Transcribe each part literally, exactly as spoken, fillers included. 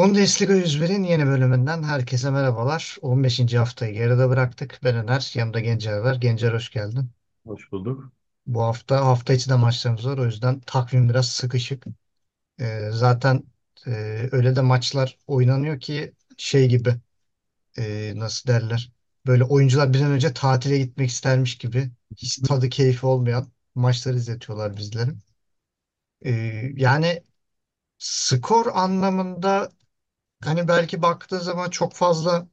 Bundesliga yüz birin yeni bölümünden herkese merhabalar. on beşinci haftayı geride bıraktık. Ben Öner, yanımda Gencer var. Gencer hoş geldin. Hoş bulduk. Bu hafta hafta içi de maçlarımız var. O yüzden takvim biraz sıkışık. Ee, zaten e, öyle de maçlar oynanıyor ki şey gibi e, nasıl derler. Böyle oyuncular bir an önce tatile gitmek istermiş gibi hiç tadı keyfi olmayan maçları izletiyorlar bizlere. Ee, yani skor anlamında hani belki baktığı zaman çok fazla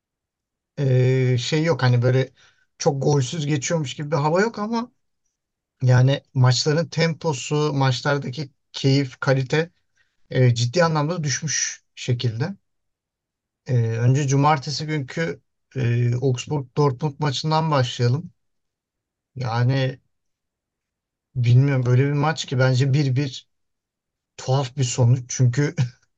e, şey yok, hani böyle çok golsüz geçiyormuş gibi bir hava yok ama yani maçların temposu, maçlardaki keyif, kalite e, ciddi anlamda düşmüş şekilde. E, önce cumartesi günkü e, Augsburg-Dortmund maçından başlayalım. Yani bilmiyorum, böyle bir maç ki bence bir bir tuhaf bir sonuç. Çünkü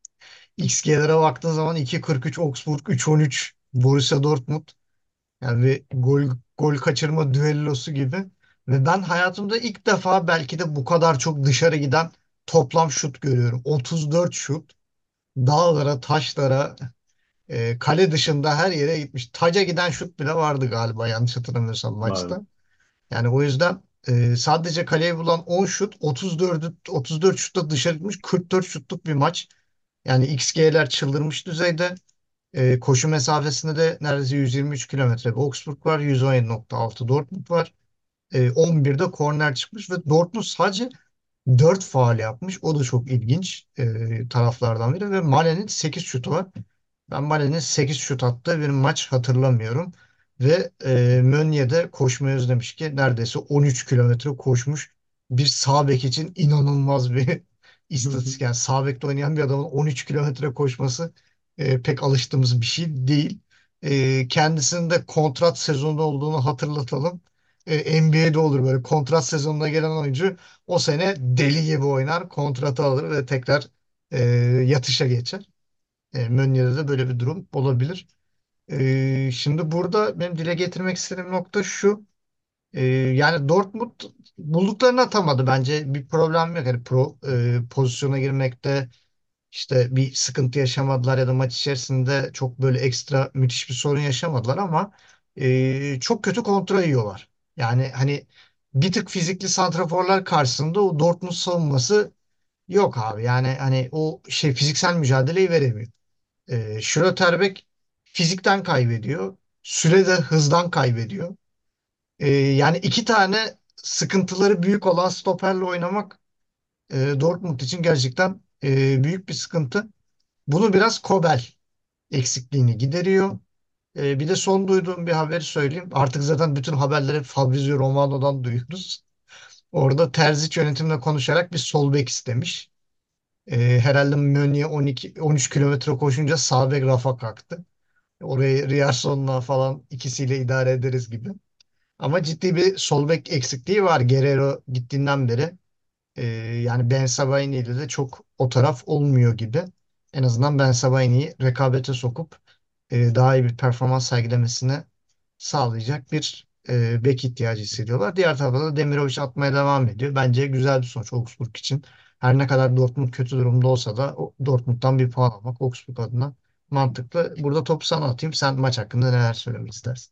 X G'lere baktığın zaman iki kırk üç Augsburg, üç on üç Borussia Dortmund. Yani bir gol gol kaçırma düellosu gibi. Ve ben hayatımda ilk defa belki de bu kadar çok dışarı giden toplam şut görüyorum. otuz dört şut. Dağlara, taşlara, e, kale dışında her yere gitmiş. Taca giden şut bile vardı galiba, yanlış hatırlamıyorsam Var. maçta. Yani o yüzden e, sadece kaleyi bulan on şut, otuz dört otuz dört şutta dışarı gitmiş, kırk dört şutluk bir maç. Yani X G'ler çıldırmış düzeyde. E, koşu mesafesinde de neredeyse yüz yirmi üç kilometre bir Augsburg var. yüz on yedi nokta altı Dortmund var. E, on birde korner çıkmış ve Dortmund sadece dört faul yapmış. O da çok ilginç e, taraflardan biri ve Mane'nin sekiz şutu var. Ben Mane'nin sekiz şut attığı bir maç hatırlamıyorum. Ve e, Meunier de koşmayı özlemiş ki neredeyse on üç kilometre koşmuş. Bir sağ bek için inanılmaz bir istatistik. Yani sağ bekte oynayan bir adamın on üç kilometre koşması e, pek alıştığımız bir şey değil. E, kendisinin de kontrat sezonu olduğunu hatırlatalım. E, N B A'de olur böyle kontrat sezonuna gelen oyuncu o sene deli gibi oynar, kontratı alır ve tekrar e, yatışa geçer. E, Meunier'de de böyle bir durum olabilir. E, şimdi burada benim dile getirmek istediğim nokta şu. E, yani Dortmund bulduklarını atamadı. Bence bir problem yok. Yani pro, e, pozisyona girmekte işte bir sıkıntı yaşamadılar ya da maç içerisinde çok böyle ekstra müthiş bir sorun yaşamadılar ama e, çok kötü kontra yiyorlar. Yani hani bir tık fizikli santraforlar karşısında o Dortmund savunması yok abi. Yani hani o şey fiziksel mücadeleyi veremiyor. E, Schlotterbeck fizikten kaybediyor. Süle de hızdan kaybediyor. E, yani iki tane sıkıntıları büyük olan stoperle oynamak e, Dortmund için gerçekten e, büyük bir sıkıntı. Bunu biraz Kobel eksikliğini gideriyor. E, bir de son duyduğum bir haberi söyleyeyim. Artık zaten bütün haberleri Fabrizio Romano'dan duyuyoruz. Orada Terzic yönetimle konuşarak bir sol bek istemiş. E, herhalde Meunier on iki on üç kilometre koşunca sağ bek rafa kalktı. Orayı Riyarsson'la falan ikisiyle idare ederiz gibi. Ama ciddi bir sol bek eksikliği var. Guerreiro gittiğinden beri. Ee, yani Ben Sebaini ile de çok o taraf olmuyor gibi. En azından Ben Sebaini'yi rekabete sokup e, daha iyi bir performans sergilemesini sağlayacak bir e, bek ihtiyacı hissediyorlar. Diğer tarafta da Demirovic atmaya devam ediyor. Bence güzel bir sonuç Augsburg için. Her ne kadar Dortmund kötü durumda olsa da o- Dortmund'dan bir puan almak Augsburg adına mantıklı. Burada topu sana atayım. Sen maç hakkında neler söylemek istersin?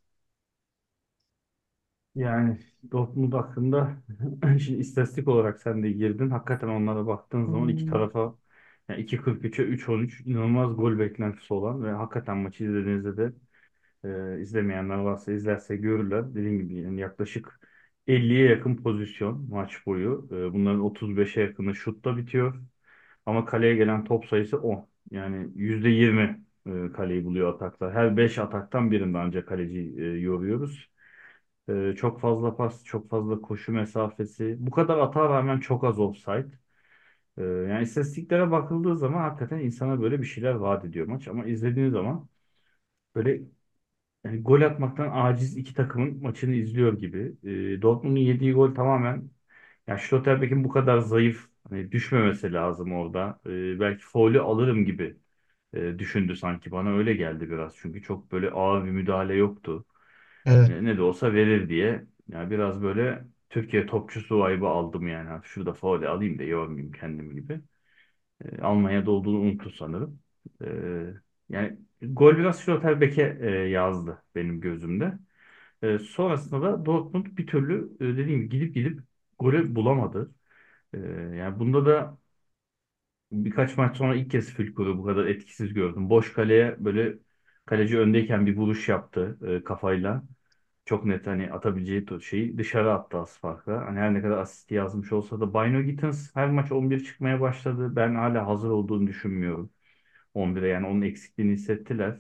Yani Dortmund hakkında şimdi istatistik olarak sen de girdin. Hakikaten onlara baktığın zaman iki tarafa yani iki kırk üçe üç on üç inanılmaz gol beklentisi olan ve hakikaten maçı izlediğinizde de e, izlemeyenler varsa izlerse görürler. Dediğim gibi yani yaklaşık elliye yakın pozisyon maç boyu. E, bunların otuz beşe yakını şutla bitiyor. Ama kaleye gelen top sayısı on. Yani yüzde yirmi e, kaleyi buluyor ataklar. Her beş ataktan birinde ancak kaleciyi e, yoruyoruz. Ee, çok fazla pas, çok fazla koşu mesafesi. Bu kadar atağa rağmen çok az offside. Ee, yani istatistiklere bakıldığı zaman hakikaten insana böyle bir şeyler vaat ediyor maç. Ama izlediğin zaman böyle yani gol atmaktan aciz iki takımın maçını izliyor gibi. Ee, Dortmund'un yediği gol tamamen ya Schlotterbeck'in bu kadar zayıf hani düşmemesi lazım orada. Ee, belki faulü alırım gibi e, düşündü sanki. Bana öyle geldi biraz. Çünkü çok böyle ağır bir müdahale yoktu. Evet. Ne, ne de olsa verir diye. Yani biraz böyle Türkiye topçusu vibe'ı aldım yani. Şurada faul alayım da yormayayım kendimi gibi. E, Almanya'da olduğunu unuttu sanırım. E, Yani gol biraz Schlotterbeck'e e, yazdı benim gözümde. E, sonrasında da Dortmund bir türlü e, dediğim gibi gidip gidip golü bulamadı. E, Yani bunda da birkaç maç sonra ilk kez Fülkrug'u bu kadar etkisiz gördüm. Boş kaleye böyle kaleci öndeyken bir vuruş yaptı e, kafayla. Çok net hani atabileceği to- şeyi dışarı attı az farkla. Hani her ne kadar asist yazmış olsa da Bino Gittins her maç on bir çıkmaya başladı. Ben hala hazır olduğunu düşünmüyorum. on bire yani onun eksikliğini hissettiler.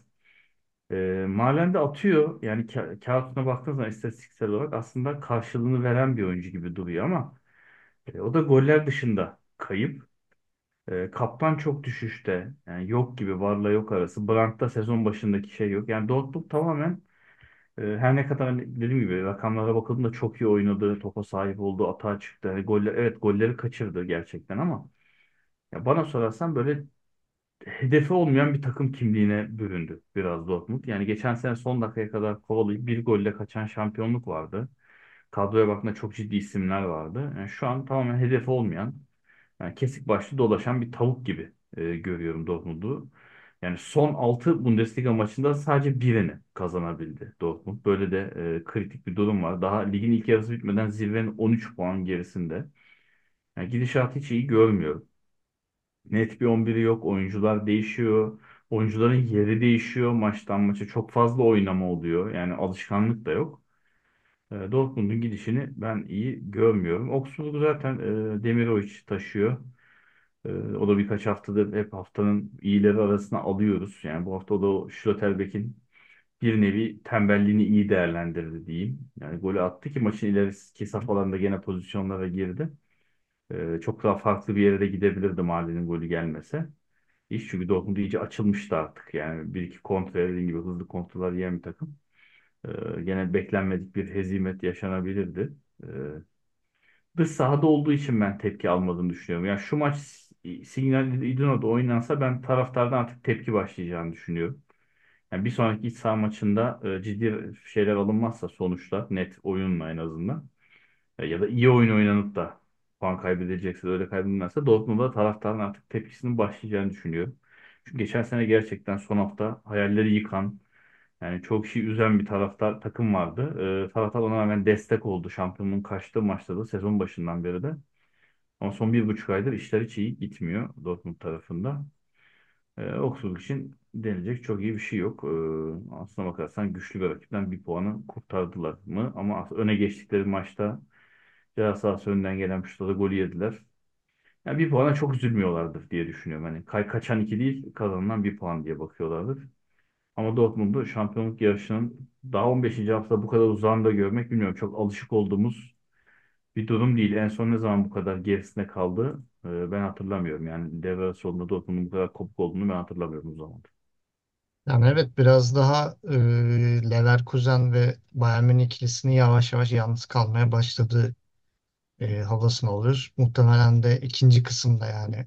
E, Malen de atıyor. Yani ka kağıtına baktığınız zaman istatistiksel olarak aslında karşılığını veren bir oyuncu gibi duruyor ama e, o da goller dışında kayıp. E, kaptan çok düşüşte. Yani yok gibi varla yok arası. Brandt'ta sezon başındaki şey yok. Yani Dortmund tamamen e, her ne kadar hani dediğim gibi rakamlara bakıldığında çok iyi oynadı. Topa sahip oldu. Atağa çıktı. Hani goller, evet golleri kaçırdı gerçekten ama ya bana sorarsan böyle hedefi olmayan bir takım kimliğine büründü biraz Dortmund. Yani geçen sene son dakikaya kadar kovalayıp bir golle kaçan şampiyonluk vardı. Kadroya baktığında çok ciddi isimler vardı. Yani şu an tamamen hedefi olmayan yani kesik başlı dolaşan bir tavuk gibi e, görüyorum Dortmund'u. Yani son altı Bundesliga maçında sadece birini kazanabildi Dortmund. Böyle de e, kritik bir durum var. Daha ligin ilk yarısı bitmeden zirvenin on üç puan gerisinde. Yani gidişatı hiç iyi görmüyorum. Net bir on biri yok. Oyuncular değişiyor. Oyuncuların yeri değişiyor. Maçtan maça çok fazla oynama oluyor. Yani alışkanlık da yok. E, Dortmund'un gidişini ben iyi görmüyorum. Augsburg zaten e, Demirovic taşıyor. Ee, O da birkaç haftadır hep haftanın iyileri arasına alıyoruz. Yani bu hafta o da o Schlotterbeck'in bir nevi tembelliğini iyi değerlendirdi diyeyim. Yani golü attı ki maçın ileriki safhalarında gene pozisyonlara girdi. Ee, çok daha farklı bir yere de gidebilirdi Mahallenin golü gelmese. İş çünkü Dortmund iyice açılmıştı artık. Yani bir iki kontra dediğim gibi hızlı kontralar yiyen bir takım. Ee, Gene beklenmedik bir hezimet yaşanabilirdi. Ee, Dış sahada olduğu için ben tepki almadığını düşünüyorum. Yani şu maç Signal Iduna'da oynansa ben taraftardan artık tepki başlayacağını düşünüyorum. Yani bir sonraki iç saha maçında e, ciddi şeyler alınmazsa sonuçta net oyunla en azından e, ya da iyi oyun oynanıp da puan kaybedilecekse de öyle kaybedilmezse Dortmund'da taraftarın artık tepkisinin başlayacağını düşünüyorum. Çünkü geçen sene gerçekten son hafta hayalleri yıkan yani çok kişi üzen bir taraftar takım vardı. E, taraftar ona rağmen destek oldu. Şampiyonluğun kaçtığı maçta da sezon başından beri de. Ama son bir buçuk aydır işler hiç iyi gitmiyor Dortmund tarafında. Ee, Augsburg için denilecek çok iyi bir şey yok. Ee, aslına bakarsan güçlü bir rakipten bir puanı kurtardılar mı? Ama öne geçtikleri maçta ceza sahası önünden gelen şutada golü yediler. Yani bir puana çok üzülmüyorlardır diye düşünüyorum. Hani kay kaçan iki değil kazanılan bir puan diye bakıyorlardır. Ama Dortmund'u şampiyonluk yarışının daha on beşinci hafta bu kadar uzağında görmek bilmiyorum. Çok alışık olduğumuz bir durum değil. En son ne zaman bu kadar gerisinde kaldı? Ee, ben hatırlamıyorum. Yani devre arası olduğunda Dortmund'un bu kadar kopuk olduğunu ben hatırlamıyorum o zaman. Yani evet, biraz daha e, Leverkusen ve Bayern Münih ikilisini yavaş yavaş yalnız kalmaya başladığı e, havasını alır. Muhtemelen de ikinci kısımda, yani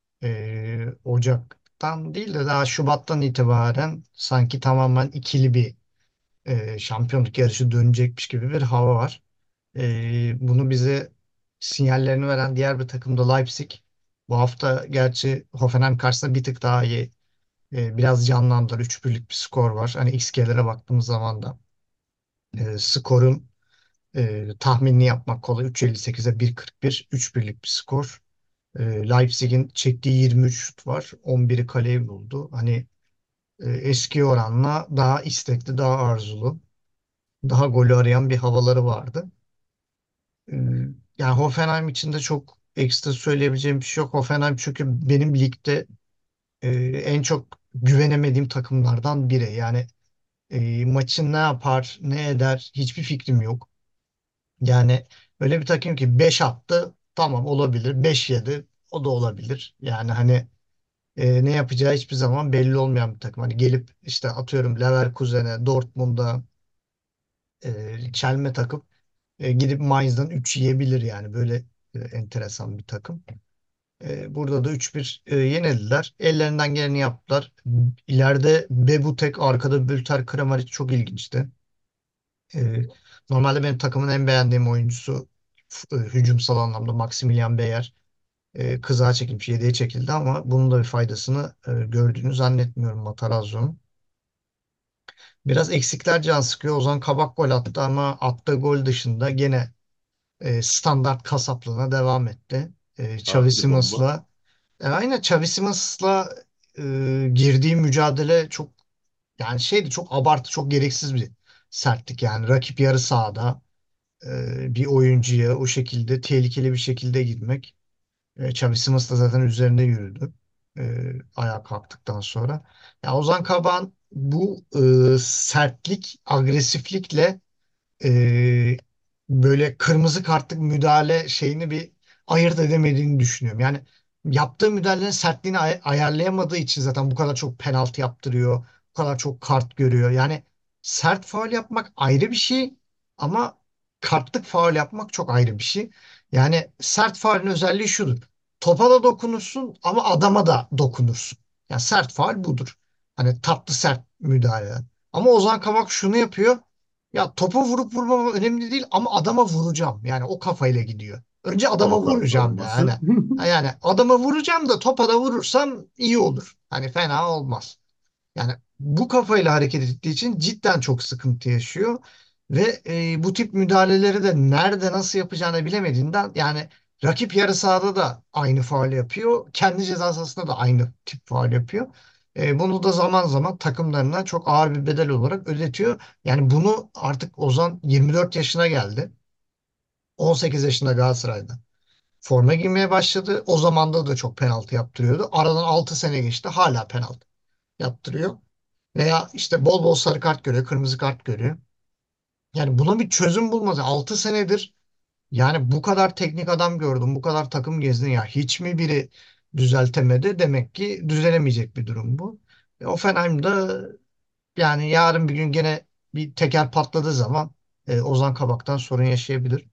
e, Ocak'tan değil de daha Şubat'tan itibaren sanki tamamen ikili bir e, şampiyonluk yarışı dönecekmiş gibi bir hava var. E, bunu bize sinyallerini veren diğer bir takım da Leipzig. Bu hafta gerçi Hoffenheim karşısında bir tık daha iyi. E, biraz canlandılar. üç birlik bir skor var. Hani X G'lere baktığımız zaman da e, skorun e, tahminini yapmak kolay. üç elli sekize bir kırk bir. üç birlik bir skor. E, Leipzig'in çektiği yirmi üç şut var. on biri kaleye buldu. Hani e, eski oranla daha istekli, daha arzulu, daha golü arayan bir havaları vardı. E, Yani Hoffenheim için de çok ekstra söyleyebileceğim bir şey yok. Hoffenheim çünkü benim ligde e, en çok güvenemediğim takımlardan biri. Yani e, maçın ne yapar, ne eder hiçbir fikrim yok. Yani öyle bir takım ki beş attı, tamam olabilir. Beş yedi, o da olabilir. Yani hani e, ne yapacağı hiçbir zaman belli olmayan bir takım. Hani gelip işte atıyorum Leverkusen'e, Dortmund'a e, çelme takıp e, gidip Mainz'dan üç yiyebilir, yani böyle e, enteresan bir takım. E, burada da üç bir e, yenildiler. Ellerinden geleni yaptılar. İleride Bebutek, arkada Bülter Kramaric çok ilginçti. E, Normalde benim takımın en beğendiğim oyuncusu f- e, hücumsal anlamda Maximilian Beyer. E, kızağa çekilmiş, yedeğe çekildi ama bunun da bir faydasını e, gördüğünü zannetmiyorum Matarazzo'nun. Biraz eksikler can sıkıyor. Ozan Kabak gol attı ama attığı gol dışında gene e, standart kasaplığına devam etti. E, Xavi Artı bomba. Simons'la e, aynen Xavi Simons'la e, girdiği mücadele çok, yani şeydi, çok abartı, çok gereksiz bir sertlik yani. Rakip yarı sahada e, bir oyuncuya o şekilde tehlikeli bir şekilde girmek. E, Xavi Simons da zaten üzerinde yürüdü e, ayağa kalktıktan sonra. Ya Ozan Kabak'ın bu e, sertlik, agresiflikle e, böyle kırmızı kartlık müdahale şeyini bir ayırt edemediğini düşünüyorum. Yani yaptığı müdahalenin sertliğini ay- ayarlayamadığı için zaten bu kadar çok penaltı yaptırıyor, bu kadar çok kart görüyor. Yani sert faul yapmak ayrı bir şey ama kartlık faul yapmak çok ayrı bir şey. Yani sert faulün özelliği şudur: topa da dokunursun ama adama da dokunursun. Yani sert faul budur. Hani tatlı sert müdahale. Ama Ozan Kabak şunu yapıyor: ya topa vurup vurmama önemli değil ama adama vuracağım. Yani o kafayla gidiyor. Önce adama Halı vuracağım yani. savunması. Ha, yani adama vuracağım da topa da vurursam iyi olur. Hani fena olmaz. Yani bu kafayla hareket ettiği için cidden çok sıkıntı yaşıyor. Ve e, bu tip müdahaleleri de nerede nasıl yapacağını bilemediğinden, yani rakip yarı sahada da aynı faul yapıyor. Kendi ceza sahasında da aynı tip faul yapıyor. E, bunu da zaman zaman takımlarına çok ağır bir bedel olarak ödetiyor. Yani bunu artık Ozan yirmi dört yaşına geldi. on sekiz yaşında Galatasaray'da forma giymeye başladı. O zamanda da çok penaltı yaptırıyordu. Aradan altı sene geçti, hala penaltı yaptırıyor. Veya işte bol bol sarı kart görüyor, kırmızı kart görüyor. Yani buna bir çözüm bulmadı. Altı senedir yani bu kadar teknik adam gördüm, bu kadar takım gezdin, ya hiç mi biri düzeltemedi? Demek ki düzelemeyecek bir durum bu. E, Hoffenheim'da yani yarın bir gün gene bir teker patladığı zaman e, Ozan Kabak'tan sorun yaşayabilir.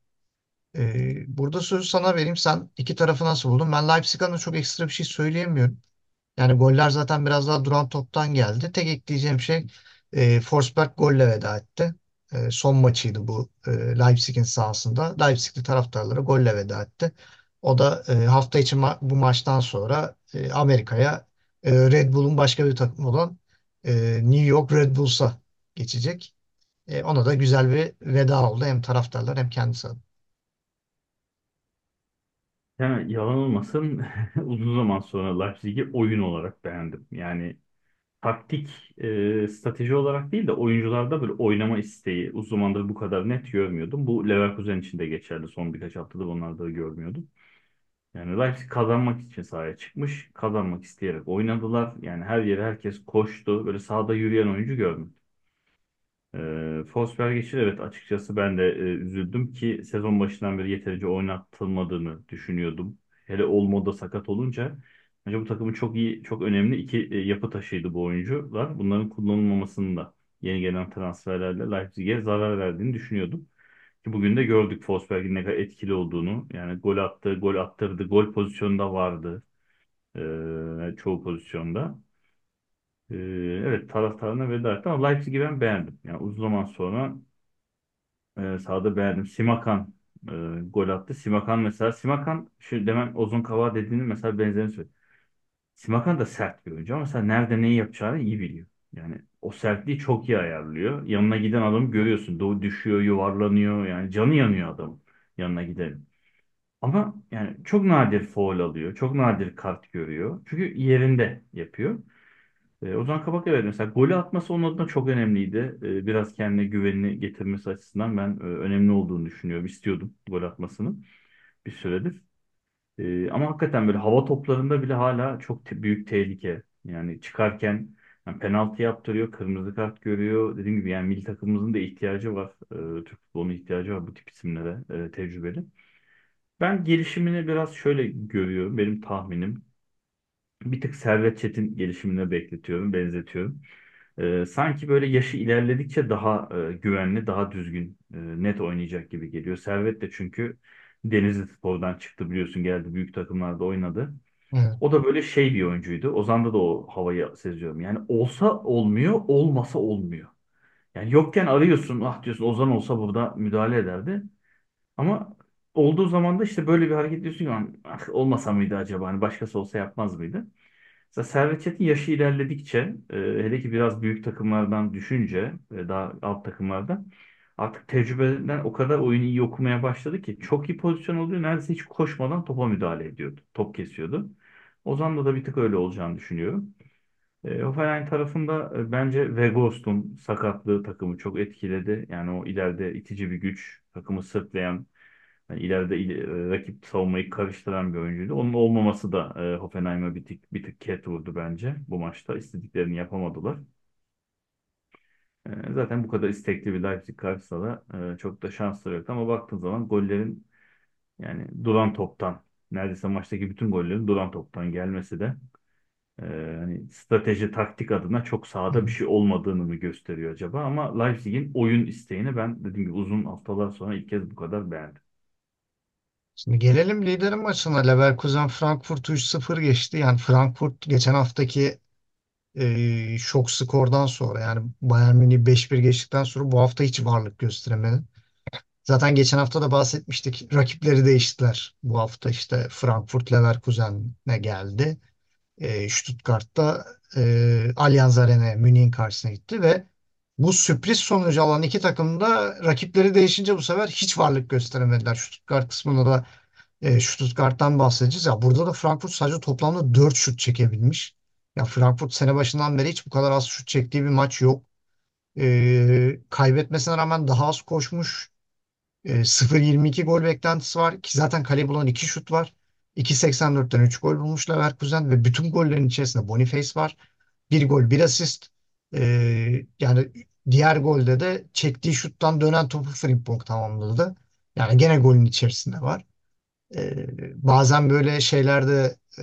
E, burada sözü sana vereyim. Sen iki tarafı nasıl buldun? Ben Leipzig adına çok ekstra bir şey söyleyemiyorum. Yani goller zaten biraz daha duran toptan geldi. Tek ekleyeceğim şey, e, Forsberg golle veda etti. E, son maçıydı bu e, Leipzig'in sahasında. Leipzig'li taraftarları golle veda etti. O da e, hafta içi ma- bu maçtan sonra e, Amerika'ya, e, Red Bull'un başka bir takımı olan e, New York Red Bulls'a geçecek. E, ona da güzel bir veda oldu. Hem taraftarlar hem kendisi adına. Yani yalan olmasın uzun zaman sonra Leipzig'i oyun olarak beğendim. Yani taktik, e, strateji olarak değil de oyuncularda böyle oynama isteği uzun zamandır bu kadar net görmüyordum. Bu Leverkusen için de geçerli. Son birkaç haftadır onlarda da görmüyordum. Yani Leipzig kazanmak için sahaya çıkmış. Kazanmak isteyerek oynadılar. Yani her yere herkes koştu. Böyle sahada yürüyen oyuncu görmedim. E, Forsberg için evet açıkçası ben de e, üzüldüm ki sezon başından beri yeterince oynatılmadığını düşünüyordum. Hele Olmo sakat olunca bence bu takımın çok iyi, çok önemli iki e, yapı taşıydı bu oyuncular. Bunların kullanılmamasının da yeni gelen transferlerle Leipzig'e zarar verdiğini düşünüyordum. Ki bugün de gördük Forsberg'in ne kadar etkili olduğunu. Yani gol attı, gol attırdı, gol pozisyonunda vardı e, çoğu pozisyonda. E, evet taraftarına veda etti ama Leipzig'i ben beğendim. Yani uzun zaman sonra e, sahada beğendim. Simakan e, gol attı. Simakan mesela, Simakan şu demen Ozon Kabak dediğinin mesela benzerini söyledi. Simakan da sert bir oyuncu ama mesela nerede neyi yapacağını iyi biliyor. Yani o sertliği çok iyi ayarlıyor. Yanına giden adamı görüyorsun. Doğu düşüyor, yuvarlanıyor. Yani canı yanıyor adamın yanına gidelim. Ama yani çok nadir faul alıyor. Çok nadir kart görüyor. Çünkü yerinde yapıyor. E, Ozan Kabak evet mesela golü atması onun adına çok önemliydi. E, biraz kendine güvenini getirmesi açısından ben e, önemli olduğunu düşünüyorum. İstiyordum gol atmasını bir süredir. E, ama hakikaten böyle hava toplarında bile hala çok te- büyük tehlike. Yani çıkarken yani penaltı yaptırıyor, kırmızı kart görüyor. Dediğim gibi yani milli takımımızın da ihtiyacı var. E, Türk futbolunun ihtiyacı var bu tip isimlere, e, tecrübeli. Ben gelişimini biraz şöyle görüyorum. Benim tahminim. Bir tık Servet Çetin gelişimine bekletiyorum, benzetiyorum. Ee, sanki böyle yaşı ilerledikçe daha e, güvenli, daha düzgün, e, net oynayacak gibi geliyor. Servet de çünkü Denizlispor'dan çıktı biliyorsun geldi büyük takımlarda oynadı. Evet. O da böyle şey bir oyuncuydu. Ozan'da da o havayı seziyorum. Yani olsa olmuyor, olmasa olmuyor. Yani yokken arıyorsun, ah diyorsun Ozan olsa burada müdahale ederdi. Ama olduğu zaman da işte böyle bir hareket diyorsun ki "Lan, ah, olmasa mıydı acaba? Hani başkası olsa yapmaz mıydı?" Mesela Servet Çetin yaşı ilerledikçe, e, hele ki biraz büyük takımlardan düşünce ve daha alt takımlarda artık tecrübeden o kadar oyunu iyi okumaya başladı ki çok iyi pozisyon oluyor. Neredeyse hiç koşmadan topa müdahale ediyordu. Top kesiyordu. Ozan'da da bir tık öyle olacağını düşünüyorum. E, Hoffenheim tarafında e, bence Weghorst'un sakatlığı takımı çok etkiledi. Yani o ileride itici bir güç, takımı sırtlayan, yani ileride il- e, rakip savunmayı karıştıran bir oyuncuydu. Onun olmaması da e, Hoffenheim'e bir tık, bir tık ket vurdu bence bu maçta. İstediklerini yapamadılar. E, zaten bu kadar istekli bir Leipzig karşısında da e, çok da şansları yok. Ama baktığın zaman gollerin yani duran toptan, neredeyse maçtaki bütün gollerin duran toptan gelmesi de e, hani strateji, taktik adına çok Hı sahada bir hı. şey olmadığını mı gösteriyor acaba? Ama Leipzig'in oyun isteğini ben dediğim gibi uzun haftalar sonra ilk kez bu kadar beğendim. Şimdi gelelim liderin maçına. Leverkusen Frankfurt üç sıfır geçti. Yani Frankfurt geçen haftaki e, şok skordan sonra, yani Bayern Münih beş bir geçtikten sonra bu hafta hiç varlık gösteremedi. Zaten geçen hafta da bahsetmiştik. Rakipleri değiştiler. Bu hafta işte Frankfurt Leverkusen'e geldi. E, Stuttgart'ta e, Allianz Arena'ya, Münih'in karşısına gitti ve bu sürpriz sonucu alan iki takım da rakipleri değişince bu sefer hiç varlık gösteremediler. Stuttgart kısmında da e, Stuttgart'tan bahsedeceğiz. Ya burada da Frankfurt sadece toplamda dört şut çekebilmiş. Ya Frankfurt sene başından beri hiç bu kadar az şut çektiği bir maç yok. E, kaybetmesine rağmen daha az koşmuş. E, sıfır virgül yirmi iki gol beklentisi var ki zaten kaleye bulan iki şut var. iki virgül seksen dörtten üç gol bulmuş Leverkusen ve bütün gollerin içerisinde Boniface var. Bir gol, bir asist. E, yani diğer golde de çektiği şuttan dönen topu Frimpong tamamladı. Yani gene golün içerisinde var. E, bazen böyle şeylerde e,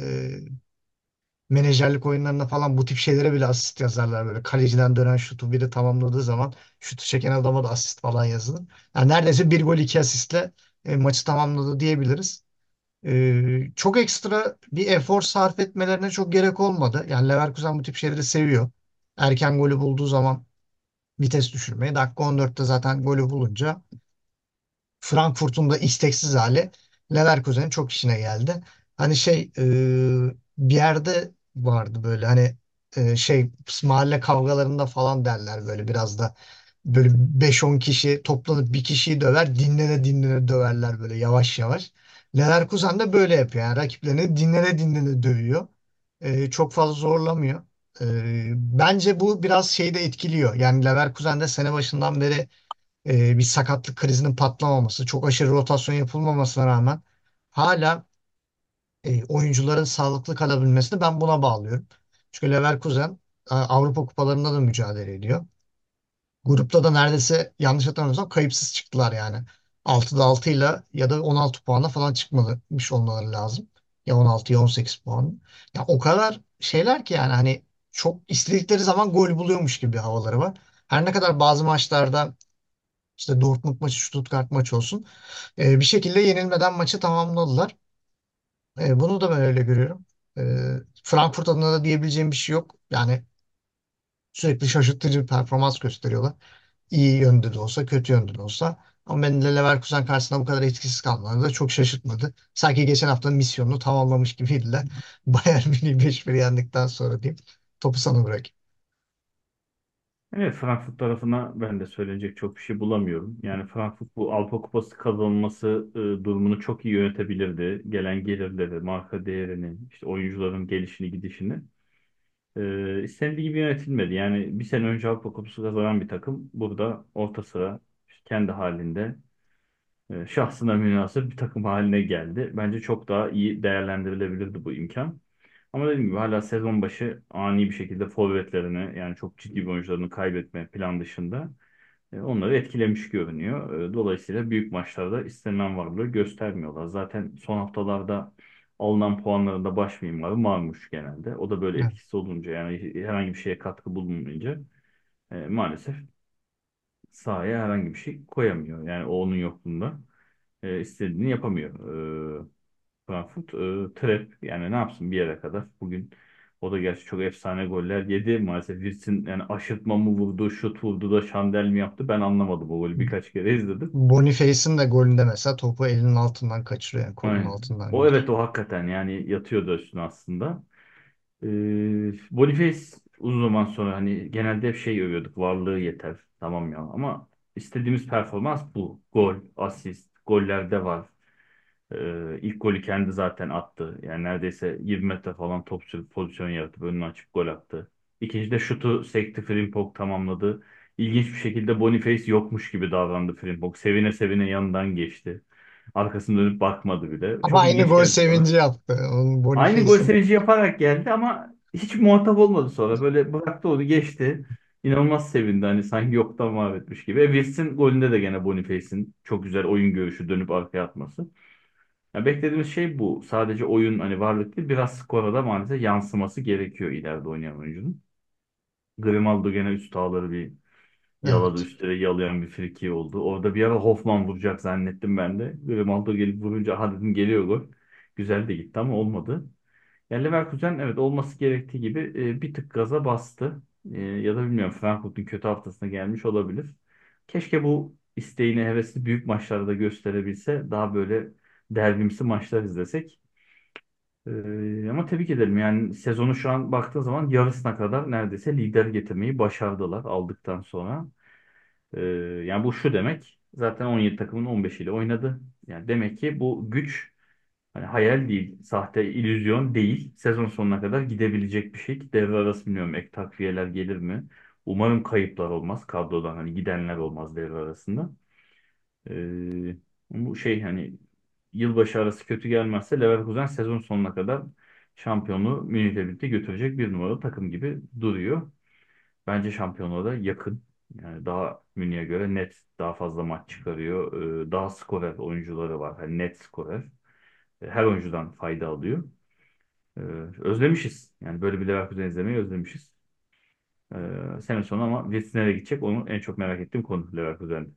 menajerlik oyunlarında falan bu tip şeylere bile asist yazarlar. Böyle kaleciden dönen şutu biri tamamladığı zaman şutu çeken adama da asist falan yazılır. Yani neredeyse bir gol iki asistle e, maçı tamamladı diyebiliriz. E, çok ekstra bir efor sarf etmelerine çok gerek olmadı. Yani Leverkusen bu tip şeyleri seviyor. Erken golü bulduğu zaman vites düşürmeyi. Dakika on dörtte zaten golü bulunca Frankfurt'un da isteksiz hali Leverkusen'in çok işine geldi. Hani şey e, bir yerde vardı böyle, hani e, şey mahalle kavgalarında falan derler, böyle biraz da böyle beş on kişi toplanıp bir kişiyi döver, dinlene dinlene döverler böyle yavaş yavaş. Leverkusen de böyle yapıyor, yani rakiplerini dinlene dinlene dövüyor. E, çok fazla zorlamıyor. E, bence bu biraz şeyi de etkiliyor. Yani Leverkusen'de sene başından beri e, bir sakatlık krizinin patlamaması, çok aşırı rotasyon yapılmamasına rağmen hala e, oyuncuların sağlıklı kalabilmesini ben buna bağlıyorum. Çünkü Leverkusen e, Avrupa kupalarında da mücadele ediyor. Grupta da neredeyse, yanlış hatırlamıyorsam, kayıpsız çıktılar yani. altıda altı ile ya da on altı puanla falan çıkmamış olmaları lazım. Ya on altı ya on sekiz puan. Ya o kadar şeyler ki, yani hani çok istedikleri zaman gol buluyormuş gibi bir havaları var. Her ne kadar bazı maçlarda işte Dortmund maçı, Stuttgart maçı olsun, e, bir şekilde yenilmeden maçı tamamladılar. E, bunu da ben öyle görüyorum. E, Frankfurt adına da diyebileceğim bir şey yok. Yani sürekli şaşırtıcı bir performans gösteriyorlar. İyi yönde de olsa, kötü yönde de olsa. Ama ben de Leverkusen karşısında bu kadar etkisiz kalmaları da çok şaşırtmadı. Sanki geçen haftanın misyonunu tamamlamış gibiydiler. Bayern Münih beş bir yendikten sonra diyeyim. Topu sana bırakayım. Evet, Frankfurt tarafına ben de söyleyecek çok bir şey bulamıyorum. Yani Frankfurt bu Avrupa Kupası kazanılması e, durumunu çok iyi yönetebilirdi. Gelen gelirleri, marka değerini, işte oyuncuların gelişini, gidişini. E, istendiği gibi yönetilmedi. Yani bir sene önce Avrupa Kupası kazanan bir takım burada orta sıra işte kendi halinde e, şahsına münhasır bir takım haline geldi. Bence çok daha iyi değerlendirilebilirdi bu imkan. Ama dediğim gibi hala sezon başı ani bir şekilde forvetlerini yani çok ciddi bir oyuncularını kaybetme plan dışında e, onları etkilemiş görünüyor. E, Dolayısıyla büyük maçlarda istenilen varlığı göstermiyorlar. Zaten son haftalarda alınan puanların da baş mimarı Marmuş genelde. O da böyle Evet. etkisi olunca yani herhangi bir şeye katkı bulunmayınca e, maalesef sahaya herhangi bir şey koyamıyor. Yani o onun yokluğunda e, istediğini yapamıyor. E, Frankfurt e, trap yani ne yapsın bir yere kadar. Bugün O da gerçi çok efsane goller yedi. Maalesef Wirtz'in yani aşırtma mı vurdu, şut vurdu da şandel mi yaptı? Ben anlamadım o golü. Birkaç kere izledim. Boniface'in de golünde mesela topu elinin altından kaçırıyor. Yani kolunun Aynen. altından O gol. evet o hakikaten yani yatıyordu üstüne aslında. Ee, Boniface uzun zaman sonra hani genelde hep şey övüyorduk. Varlığı yeter. Tamam ya. Ama istediğimiz performans bu. Gol, asist, gollerde var. Ee, ilk golü kendi zaten attı. Yani neredeyse yirmi metre falan top sürüp pozisyon yaratıp önünü açıp gol attı. İkinci de şutu sekti, Frimpong tamamladı. İlginç bir şekilde Boniface yokmuş gibi davrandı Frimpong. Sevine sevine yanından geçti. Arkasını dönüp bakmadı bile. Ama Çok aynı ilginç gol geldi bana. sevinci yaptı. Onun Aynı gol Boniface'in. sevinci yaparak geldi ama hiç muhatap olmadı sonra. Böyle bıraktı onu geçti. İnanılmaz sevindi hani sanki yoktan var etmiş gibi. E, Wirtz'in golünde de gene Boniface'in çok güzel oyun görüşü dönüp arkaya atması. Ya beklediğimiz şey bu. Sadece oyun hani varlık değil biraz skora da maalesef yansıması gerekiyor ileride oynayan oyuncunun. Grimaldo gene üst ağları bir yaladı. Evet. Üstlere yalayan bir friki oldu. Orada bir ara Hoffman vuracak zannettim ben de. Grimaldo gelip vurunca ha dedim geliyor gol. Güzel de gitti ama olmadı. Yani Leverkusen evet olması gerektiği gibi e, bir tık gaza bastı. E, ya da bilmiyorum Frankfurt'un kötü haftasına gelmiş olabilir. Keşke bu isteğini, hevesli büyük maçlarda gösterebilse daha böyle derbimsi maçlar izlesek. E, ama tebrik ederim. Yani sezonu şu an baktığın zaman yarısına kadar neredeyse lider getirmeyi başardılar aldıktan sonra. E, yani bu şu demek. Zaten on yedi takımın on beş ile oynadı. Yani demek ki bu güç hani hayal değil, sahte illüzyon değil. Sezon sonuna kadar gidebilecek bir şey. Devre arası bilmiyorum ek takviyeler gelir mi? Umarım kayıplar olmaz kadrodan hani gidenler olmaz devre arasında. Ee, bu şey hani yılbaşı arası kötü gelmezse Leverkusen sezon sonuna kadar şampiyonluğu Münih'le birlikte götürecek bir numaralı takım gibi duruyor. Bence şampiyonluğa da yakın. Yani daha Münih'e göre net daha fazla maç çıkarıyor. Ee, daha skorer oyuncuları var. Hani net skorer. Her oyuncudan fayda alıyor. Ee, özlemişiz. Yani böyle bir Leverkusen izlemeyi özlemişiz. Ee, sene sonu ama Wirtz nereye gidecek onu en çok merak ettiğim konu Leverkusen'de.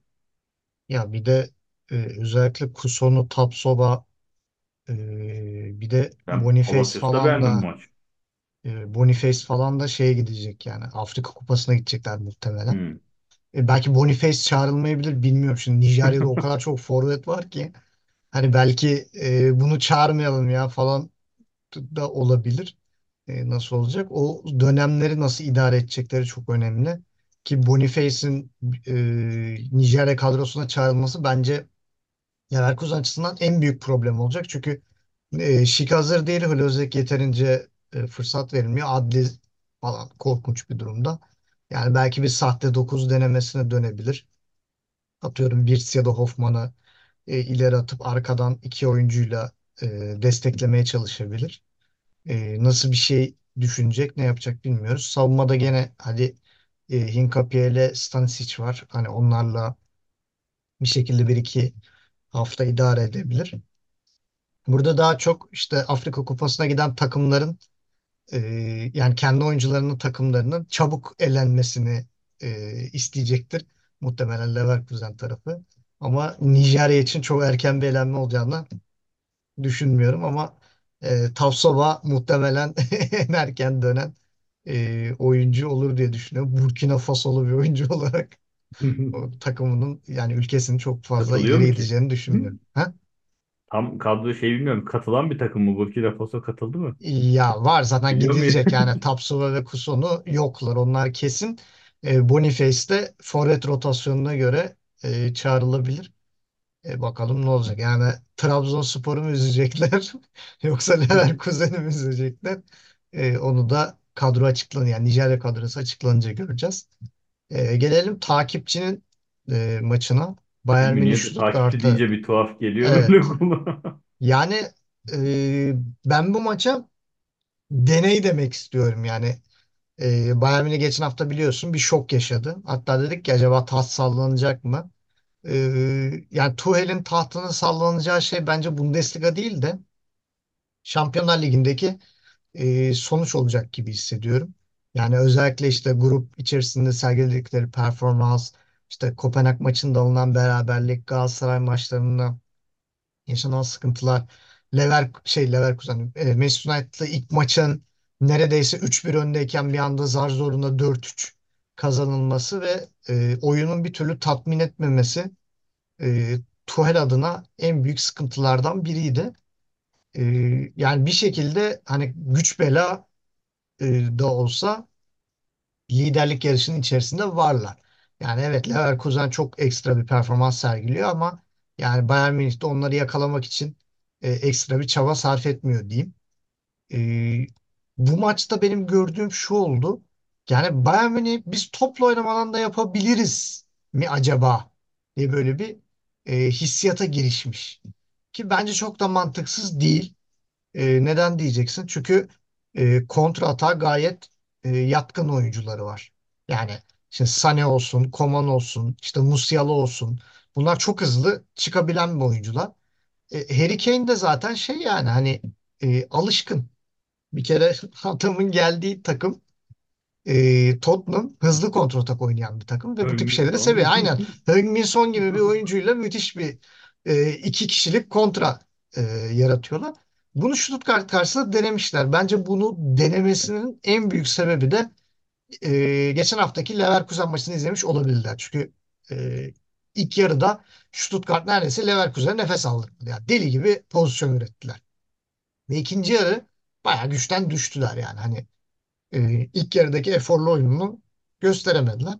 Ya bir de e, özellikle Kusonu, Tapsoba, e, bir de Ben Boniface Palacios'u da falan beğendim bu da maç. e, Boniface falan da şeye gidecek yani Afrika Kupası'na gidecekler muhtemelen. Hmm. E, belki Boniface çağrılmayabilir bilmiyorum. Şimdi Nijerya'da o kadar çok forvet var ki hani belki e, bunu çağırmayalım ya falan da olabilir. E, nasıl olacak? O dönemleri nasıl idare edecekleri çok önemli. Ki Boniface'in e, Nijerya kadrosuna çağrılması bence Leverkusen açısından en büyük problem olacak. Çünkü e, Şik hazır değil. Hlozek yeterince e, fırsat verilmiyor. Adli falan korkunç bir durumda. Yani belki bir sahte dokuz denemesine dönebilir. Atıyorum Wirtz ya da Hoffman'ı e, ileri atıp arkadan iki oyuncuyla e, desteklemeye çalışabilir. E, nasıl bir şey düşünecek, ne yapacak bilmiyoruz. Savunmada gene hadi e, Hincapié ile Stanisic var. Hani onlarla bir şekilde bir iki hafta idare edebilir. Burada daha çok işte Afrika Kupası'na giden takımların e, yani kendi oyuncularının takımlarının çabuk elenmesini e, isteyecektir. Muhtemelen Leverkusen tarafı. Ama Nijerya için çok erken bir elenme olacağını düşünmüyorum ama e, Tapsoba muhtemelen en erken dönen e, oyuncu olur diye düşünüyorum. Burkina Fasolu bir oyuncu olarak o takımının yani ülkesinin çok fazla Katılıyor ileri mu ki? gideceğini Hı? düşünmüyorum. Ha? Tam kadro şey bilmiyorum. Katılan bir takım mı? Burkina Faso katıldı mı? Ya var zaten Biliyor muyum? gidilecek yani Tapsoba ve Kusonu yoklar onlar kesin. E, Boniface de forvet rotasyonuna göre e, çağrılabilir. E, bakalım ne olacak. Yani Trabzonspor'u mu üzecekler yoksa Leverkusen'i mi üzecekler? E, onu da kadro açıklanıyor. Yani Nijerya kadrosu açıklanınca göreceğiz. E, gelelim takipçinin e, maçına. Bayern Münih Münih'e de takipçi Stuttgart'ı. deyince bir tuhaf geliyor böyle Evet. kulağa. Yani e, ben bu maça deney demek istiyorum. Yani e, Bayern Münih geçen hafta biliyorsun bir şok yaşadı. Hatta dedik ki acaba taht sallanacak mı? E, yani Tuchel'in tahtının sallanacağı şey bence Bundesliga değil de Şampiyonlar Ligi'ndeki e, sonuç olacak gibi hissediyorum. Yani özellikle işte grup içerisinde sergiledikleri performans, işte Kopenhag maçında alınan beraberlik, Galatasaray maçlarında yaşanan sıkıntılar, Lever şey Leverkusen, e, Manchester United'la ilk maçın neredeyse üç bir öndeyken bir anda zar zoruna dört üç kazanılması ve e, oyunun bir türlü tatmin etmemesi e, Tuchel adına en büyük sıkıntılardan biriydi. E, Yani bir şekilde hani güç bela e, da olsa liderlik yarışının içerisinde varlar. Yani evet, Leverkusen çok ekstra bir performans sergiliyor ama yani Bayern Münih de onları yakalamak için e, ekstra bir çaba sarf etmiyor diyeyim. E, Bu maçta benim gördüğüm şu oldu. Yani Bayern Münih biz topla oynamadan da yapabiliriz mi acaba diye böyle bir e, hissiyata girişmiş. Ki bence çok da mantıksız değil. E, neden diyeceksin? Çünkü e, kontra atağa gayet e, yatkın oyuncuları var. Yani şimdi Sané olsun, Coman olsun, işte Musiala olsun. Bunlar çok hızlı çıkabilen bir oyuncular. E, Harry Kane de zaten şey yani hani e, alışkın. Bir kere adamın geldiği takım e, Tottenham hızlı kontratak oynayan bir takım ve bu tip Heung-min şeyleri seviyor. Son. Aynen Heung-min Son gibi bir oyuncuyla müthiş bir e, iki kişilik kontra e, yaratıyorlar. Bunu Stuttgart karşısında denemişler. Bence bunu denemesinin en büyük sebebi de e, geçen haftaki Leverkusen maçını izlemiş olabilirler. Çünkü e, ilk yarıda Stuttgart neredeyse Leverkusen'e nefes aldırdı. Yani deli gibi pozisyon ürettiler. Ve ikinci yarı bayağı güçten düştüler yani. Hani e, ilk yarıdaki eforlu oyununu gösteremediler.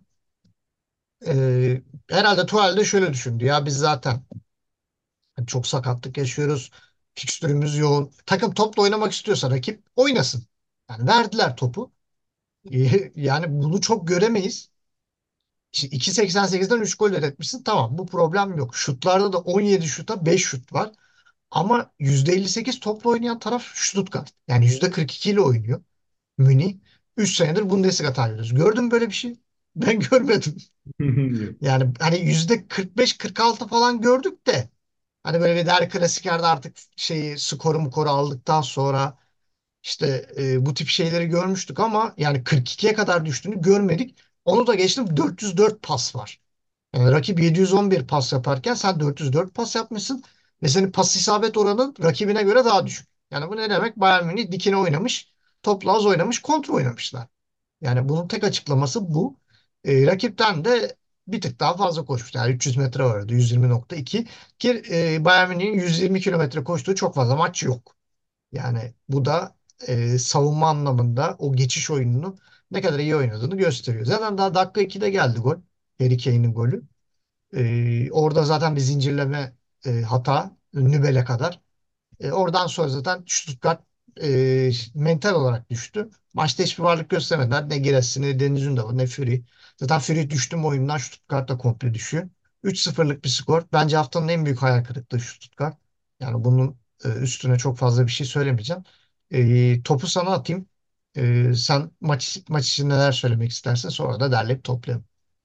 E, Herhalde Tuchel de şöyle düşündü. Ya biz zaten hani çok sakatlık yaşıyoruz. Fikstürümüz yoğun. Takım topla oynamak istiyorsa rakip oynasın. Yani verdiler topu. E, yani bunu çok göremeyiz. Şimdi iki virgül seksen sekizden üç gol üretmişsin. Tamam, bu problem yok. Şutlarda da on yedi şuta beş şut var. Ama yüzde elli sekiz topla oynayan taraf Stuttgart. Yani yüzde kırk iki ile oynuyor. Münih üç senedir Bundesliga takip. Gördün mü böyle bir şey? Ben görmedim. Yok. Yani hani yüzde kırk beş kırk altı falan gördük de hani böyle bir der klasiklerde artık şeyi skoru mu koru aldıktan sonra işte e, bu tip şeyleri görmüştük ama yani kırk ikiye kadar düştüğünü görmedik. Onu da geçtim, dört yüz dört pas var. Yani rakip yedi yüz on bir pas yaparken sen dört yüz dört pas yapmışsın ve senin pas isabet oranın rakibine göre daha düşük. Yani bu ne demek? Bayern Münih dikine oynamış, topla az oynamış, kontra oynamışlar. Yani bunun tek açıklaması bu. E, rakipten de bir tık daha fazla koşmuş. Yani üç yüz metre vardı. yüz yirmi nokta iki ki e, Bayern Münih'in yüz yirmi kilometre koştuğu çok fazla maç yok. Yani bu da e, savunma anlamında o geçiş oyununu ne kadar iyi oynadığını gösteriyor. Zaten daha dakika ikide geldi gol. Harry Kane'in golü. E, orada zaten bir zincirleme e, hata Nübel'e kadar. E, oradan sonra zaten Stuttgart e, mental olarak düştü. Maçta hiçbir varlık gösteremediler. Ne Girassi ne Deniz Ündar ne Fury. Zaten Fury düştü mü oyundan Stuttgart da komple düşüyor. üç sıfırlık bir skor. Bence haftanın en büyük hayal kırıklığı Stuttgart. Yani bunun e, üstüne çok fazla bir şey söylemeyeceğim. E, topu sana atayım. E, sen maç, maç için neler söylemek istersin? Sonra da derleyip toplayalım.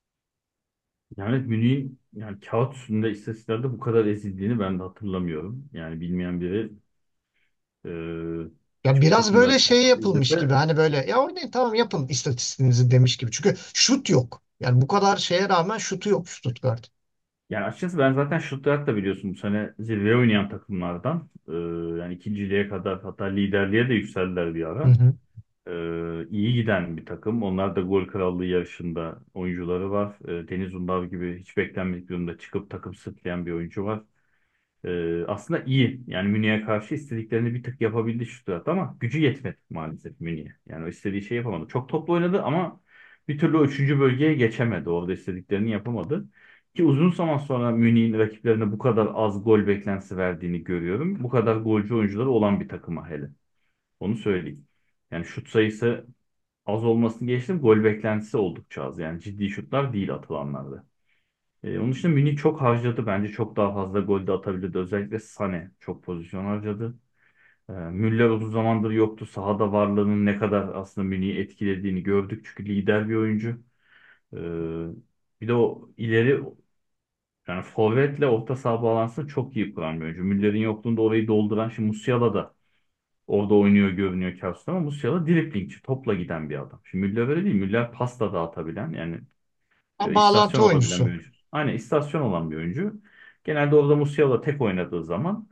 Yani Münih'in yani kağıt üstünde istatistiklerde bu kadar ezildiğini ben de hatırlamıyorum. Yani bilmeyen biri e, Ya hiçbir biraz takımla böyle şey yapılmış gibi izlese. hani böyle ya oynayın tamam yapın istatistiğinizi demiş gibi. Çünkü şut yok. Yani bu kadar şeye rağmen şutu yok Stuttgart. Yani açıkçası ben zaten Stuttgart da biliyorsun bu sene zirveye oynayan takımlardan. Ee, yani ikinciliğe kadar hatta liderliğe de yükseldiler bir Hı ara. hı. Ee, iyi giden bir takım. Onlar da gol krallığı yarışında oyuncuları var. Ee, Deniz Undar gibi hiç beklenmedik bir durumda çıkıp takım sırtlayan bir oyuncu var. Ee, aslında iyi. Yani Münih'e karşı istediklerini bir tık yapabildi Stuttgart ama gücü yetmedi maalesef Münih'e. Yani o istediği şeyi yapamadı. Çok toplu oynadı ama bir türlü o üçüncü bölgeye geçemedi. Orada istediklerini yapamadı. Ki uzun zaman sonra Münih'in rakiplerine bu kadar az gol beklentisi verdiğini görüyorum. Bu kadar golcü oyuncuları olan bir takıma hele. Onu söyleyeyim. Yani şut sayısı az olmasını geçtim. Gol beklentisi oldukça az. Yani ciddi şutlar değil atılanlarda. Ee, onun dışında Münih çok harcadı. Bence çok daha fazla gol de atabilirdi. Özellikle Sané çok pozisyon harcadı. Ee, Müller uzun zamandır yoktu. Sahada varlığının ne kadar aslında Münih'i etkilediğini gördük. Çünkü lider bir oyuncu. Ee, Bir de o ileri yani forvetle orta saha bağlantısını çok iyi kuran bir oyuncu. Müller'in yokluğunda orayı dolduran şimdi Musiala da orada oynuyor görünüyor Karşı'da ama Musiala driblingçi, topla giden bir adam. Şimdi Müller öyle değil. Müller pasta dağıtabilen yani e, Ama bağlantı istasyon olabilen bir oyuncusu. oyuncu. Aynen istasyon olan bir oyuncu. Genelde orada Musiala tek oynadığı zaman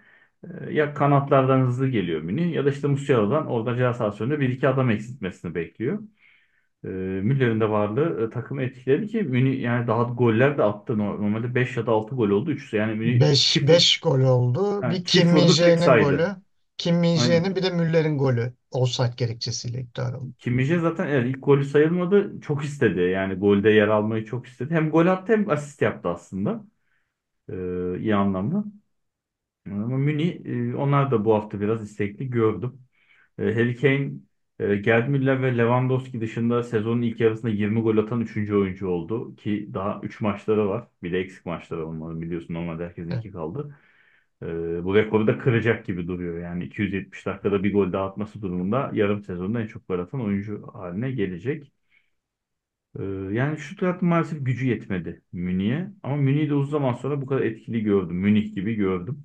E, ya kanatlardan hızlı geliyor Münih ya da işte Musiala'dan orada ceza sahası önünde bir iki adam eksiltmesini bekliyor. E, Müller'in de varlığı e, takımı etkiledi ki Münih yani daha goller de attı. Normalde beş ya da altı gol oldu. Üçü yani Münih Beş çift, beş gol oldu. yani Bir Kim çift vurdu tek Min-jae'nin saydı. golü. Kim Min-jae'nin Aynen. bir de Müller'in golü. Offside gerekçesiyle iptal oldu. Kim min zaten evet, ilk golü sayılmadı. Çok istedi. Yani golde yer almayı çok istedi. Hem gol attı hem asist yaptı aslında. E, iyi anlamda. Ama Münih e, onlar da bu hafta biraz istekli gördüm. E, Harry Kane, e, Gerd Müller ve Lewandowski dışında sezonun ilk yarısında yirmi gol atan üçüncü oyuncu oldu. Ki daha üç maçları var. Bir de eksik maçları olmalı biliyorsun. Normalde herkesin Evet. iki kaldı. E, bu rekoru da kıracak gibi duruyor. Yani iki yüz yetmiş dakikada bir gol daha atması durumunda yarım sezonda en çok gol atan oyuncu haline gelecek. E, yani Stuttgart'ın maalesef gücü yetmedi Münih'e. Ama Münih'i de uzun zaman sonra bu kadar etkili gördüm. Münih gibi gördüm.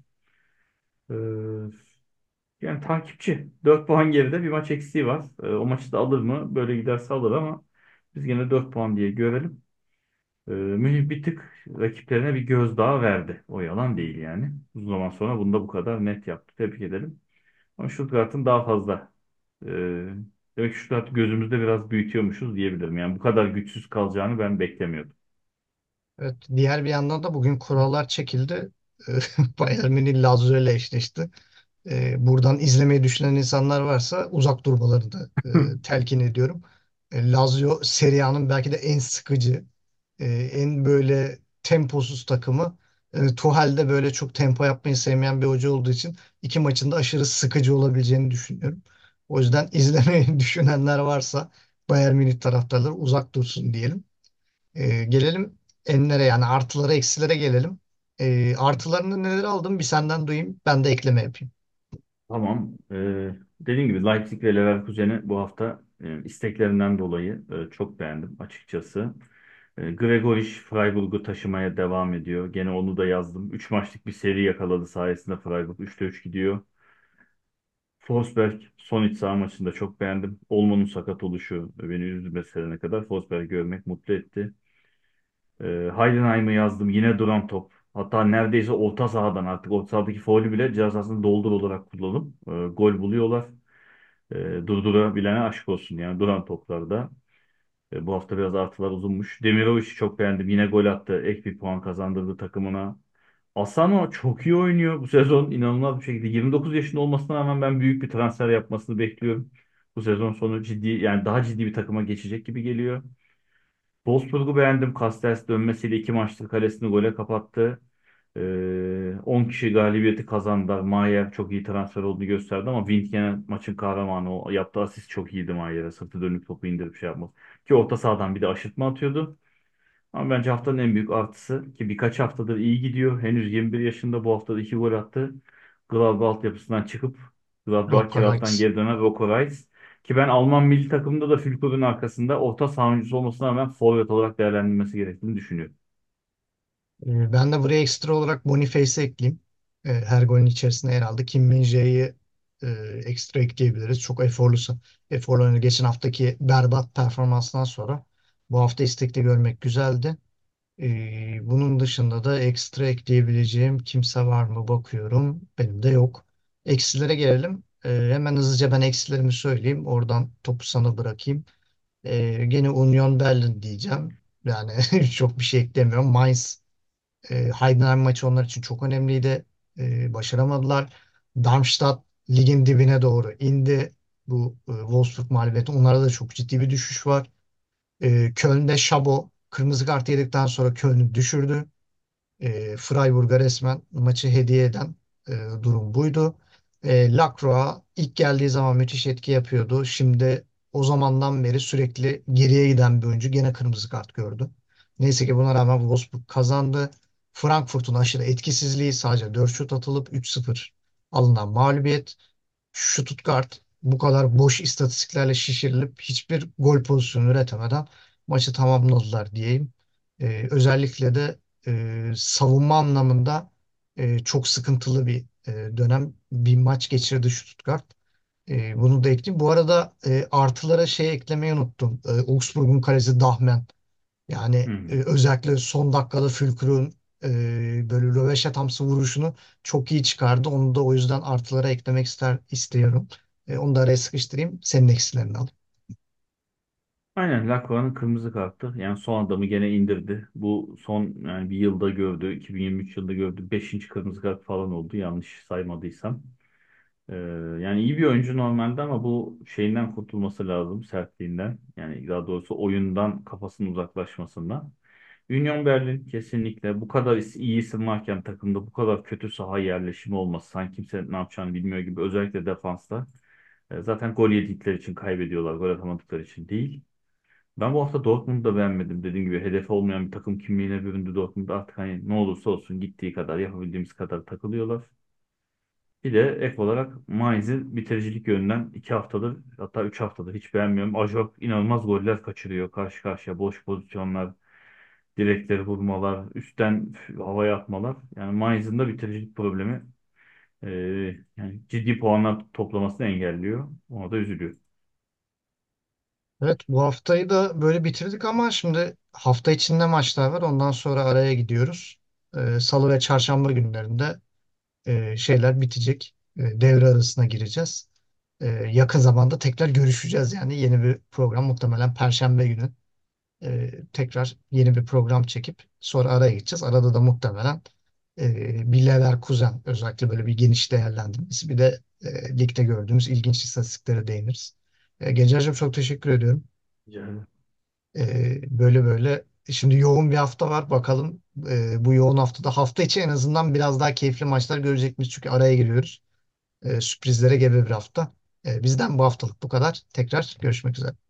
E, Yani takipçi. Dört puan geride bir maç eksiği var. Ee, o maçı da alır mı? Böyle giderse alır ama biz gene dört puan diye görelim. Ee, Münih bir tık rakiplerine bir gözdağı verdi. O yalan değil yani. Uzun zaman sonra bunu da bu kadar net yaptı. Tebrik edelim. Ama Stuttgart'ın daha fazla. E, demek ki Stuttgart'ı gözümüzde biraz büyütüyormuşuz diyebilirim. Yani bu kadar güçsüz kalacağını ben beklemiyordum. Evet, diğer bir yandan da bugün kurallar çekildi. Bayern Münih Lazio ile eşleşti. Ee, buradan izlemeyi düşünen insanlar varsa uzak durmalarını da e, telkin ediyorum. E, Lazio Serie A'nın belki de en sıkıcı, e, en böyle temposuz takımı. E, Tuchel de böyle çok tempo yapmayı sevmeyen bir hoca olduğu için iki maçında aşırı sıkıcı olabileceğini düşünüyorum. O yüzden izlemeyi düşünenler varsa Bayern Münih taraftarları uzak dursun diyelim. E, gelelim enlere, yani artılara eksilere gelelim. E, artılarını neler aldım bir senden duyayım, ben de ekleme yapayım. Tamam. Ee, dediğim gibi Leipzig ve Leverkusen'i bu hafta e, isteklerinden dolayı e, çok beğendim açıkçası. E, Gregoritsch Freiburg'u taşımaya devam ediyor. Gene onu da yazdım. Üç maçlık bir seri yakaladı sayesinde Freiburg üçte üç gidiyor. Forsberg son iç saha maçında çok beğendim. Olmo'nun sakat oluşu beni üzdü mesela kadar. Forsberg'i görmek mutlu etti. E, Heidenheim'ı yazdım. Yine duran top. Hatta neredeyse orta sahadan artık orta sahadaki faulü bile ceza sahasını doldur olarak kullanıp e, gol buluyorlar. E, durdurabilene aşk olsun yani duran toplarda. E, bu hafta biraz artılar uzunmuş. Demirovic'i çok beğendim. Yine gol attı. Ek bir puan kazandırdı takımına. Asano çok iyi oynuyor bu sezon. İnanılmaz bir şekilde. yirmi dokuz yaşında olmasına rağmen ben büyük bir transfer yapmasını bekliyorum. Bu sezon sonu ciddi yani daha ciddi bir takıma geçecek gibi geliyor. Wolfsburg'u beğendim. Castells dönmesiyle iki maçtır kalesini gole kapattı. Ee, on kişi galibiyeti kazandılar. Mayer çok iyi transfer olduğunu gösterdi ama Wind gene maçın kahramanı. O yaptığı asist çok iyiydi Mayer'e. Sırtı dönüp topu indirip şey yapması. Ki orta sahadan bir de aşırtma atıyordu. Ama bence haftanın en büyük artısı ki birkaç haftadır iyi gidiyor. Henüz yirmi bir yaşında bu haftada iki gol attı. Gladbach altyapısından çıkıp Gladbach Rocco kiralıktan Reitz. geri dönen Rocco Reis. Ki ben Alman milli takımında da Fülkur'un arkasında orta saha oyuncusu olmasına rağmen forvet olarak değerlendirilmesi gerektiğini düşünüyorum. Ee, Ben de buraya ekstra olarak Boniface'i ekleyeyim. Ee, Her golün içerisinde yer aldı. Kim Min-jae'yi e, ekstra ekleyebiliriz. Çok eforlusu. Eforlu oynadı. Geçen haftaki berbat performansından sonra bu hafta istekli görmek güzeldi. Ee, bunun dışında da ekstra ekleyebileceğim kimse var mı bakıyorum. Benim de yok. Eksilere gelelim. Ee, hemen hızlıca ben eksilerimi söyleyeyim. Oradan topu sana bırakayım. Ee, gene Union Berlin diyeceğim. Yani çok bir şey eklemiyorum. Mainz e, Heidenheim maçı onlar için çok önemliydi. E, başaramadılar. Darmstadt ligin dibine doğru indi. Bu e, Wolfsburg mağlubiyeti. Onlarda da çok ciddi bir düşüş var. E, Köln'de Şabo kırmızı kart yedikten sonra Köln'ü düşürdü. E, Freiburg'a resmen maçı hediye eden e, durum buydu. E, Lacroix ilk geldiği zaman müthiş etki yapıyordu. Şimdi o zamandan beri sürekli geriye giden bir oyuncu gene kırmızı kart gördü. Neyse ki buna rağmen Wolfsburg kazandı. Frankfurt'un aşırı etkisizliği, sadece dört şut atılıp üç sıfır alınan mağlubiyet. Stuttgart bu kadar boş istatistiklerle şişirilip hiçbir gol pozisyonu üretemeden maçı tamamladılar diyeyim. Ee, özellikle de e, savunma anlamında e, çok sıkıntılı bir e, dönem bir maç geçirdi Stuttgart. E, bunu da ekleyeyim. Bu arada e, artılara şey eklemeyi unuttum. E, Augsburg'un kalesi Dahmen. Yani e, Hmm. özellikle son dakikada Fülkrug'un e, böyle röveşatamsı vuruşunu çok iyi çıkardı. Onu da o yüzden artılara eklemek ister istiyorum. E, onu da araya sıkıştırayım. Senin eksilerini alayım. Aynen, Lacroix'ın kırmızı kartı. Yani son adamı gene indirdi. Bu son yani bir yılda gördü. iki bin yirmi üç yılında gördü. Beşinci kırmızı kart falan oldu. Yanlış saymadıysam. Ee, Yani iyi bir oyuncu normalde ama bu şeyinden kurtulması lazım. Sertliğinden. Yani daha doğrusu oyundan kafasının uzaklaşmasından. Union Berlin kesinlikle bu kadar is- iyi isim varken takımda bu kadar kötü saha yerleşimi olması. Sanki kimse ne yapacağını bilmiyor gibi. Özellikle defansta. E, Zaten gol yedikleri için kaybediyorlar. Gol atamadıkları için değil. Ben bu hafta Dortmund'u da beğenmedim. Dediğim gibi hedefi olmayan bir takım kimliğine büründü Dortmund. Artık hani ne olursa olsun gittiği kadar yapabildiğimiz kadar takılıyorlar. Bir de ek olarak Mainz'i bitiricilik yönünden iki haftadır, hatta üç haftadır hiç beğenmiyorum. Ajok inanılmaz goller kaçırıyor. Karşı karşıya boş pozisyonlar, direkleri vurmalar, üstten havaya atmalar. Yani Mainz'in de bitiricilik problemi e, yani ciddi puanlar toplamasını engelliyor. Ona da üzülüyor. Evet, bu haftayı da böyle bitirdik ama şimdi hafta içinde maçlar var. Ondan sonra araya gidiyoruz. E, Salı ve çarşamba günlerinde e, şeyler bitecek. E, devre arasına gireceğiz. E, yakın zamanda tekrar görüşeceğiz yani. Yeni bir program muhtemelen Perşembe günü e, tekrar yeni bir program çekip sonra araya gideceğiz. Arada da muhtemelen e, bir Leverkusen özellikle böyle bir geniş değerlendirmesi bir de e, ligde gördüğümüz ilginç istatistiklere değiniriz. E, Gencerciğim çok teşekkür ediyorum. Yani E, böyle böyle şimdi yoğun bir hafta var. Bakalım e, bu yoğun haftada hafta içi en azından biraz daha keyifli maçlar görecek miyiz? Çünkü araya giriyoruz. E, sürprizlere gebe bir hafta. E, bizden bu haftalık bu kadar. Tekrar görüşmek üzere.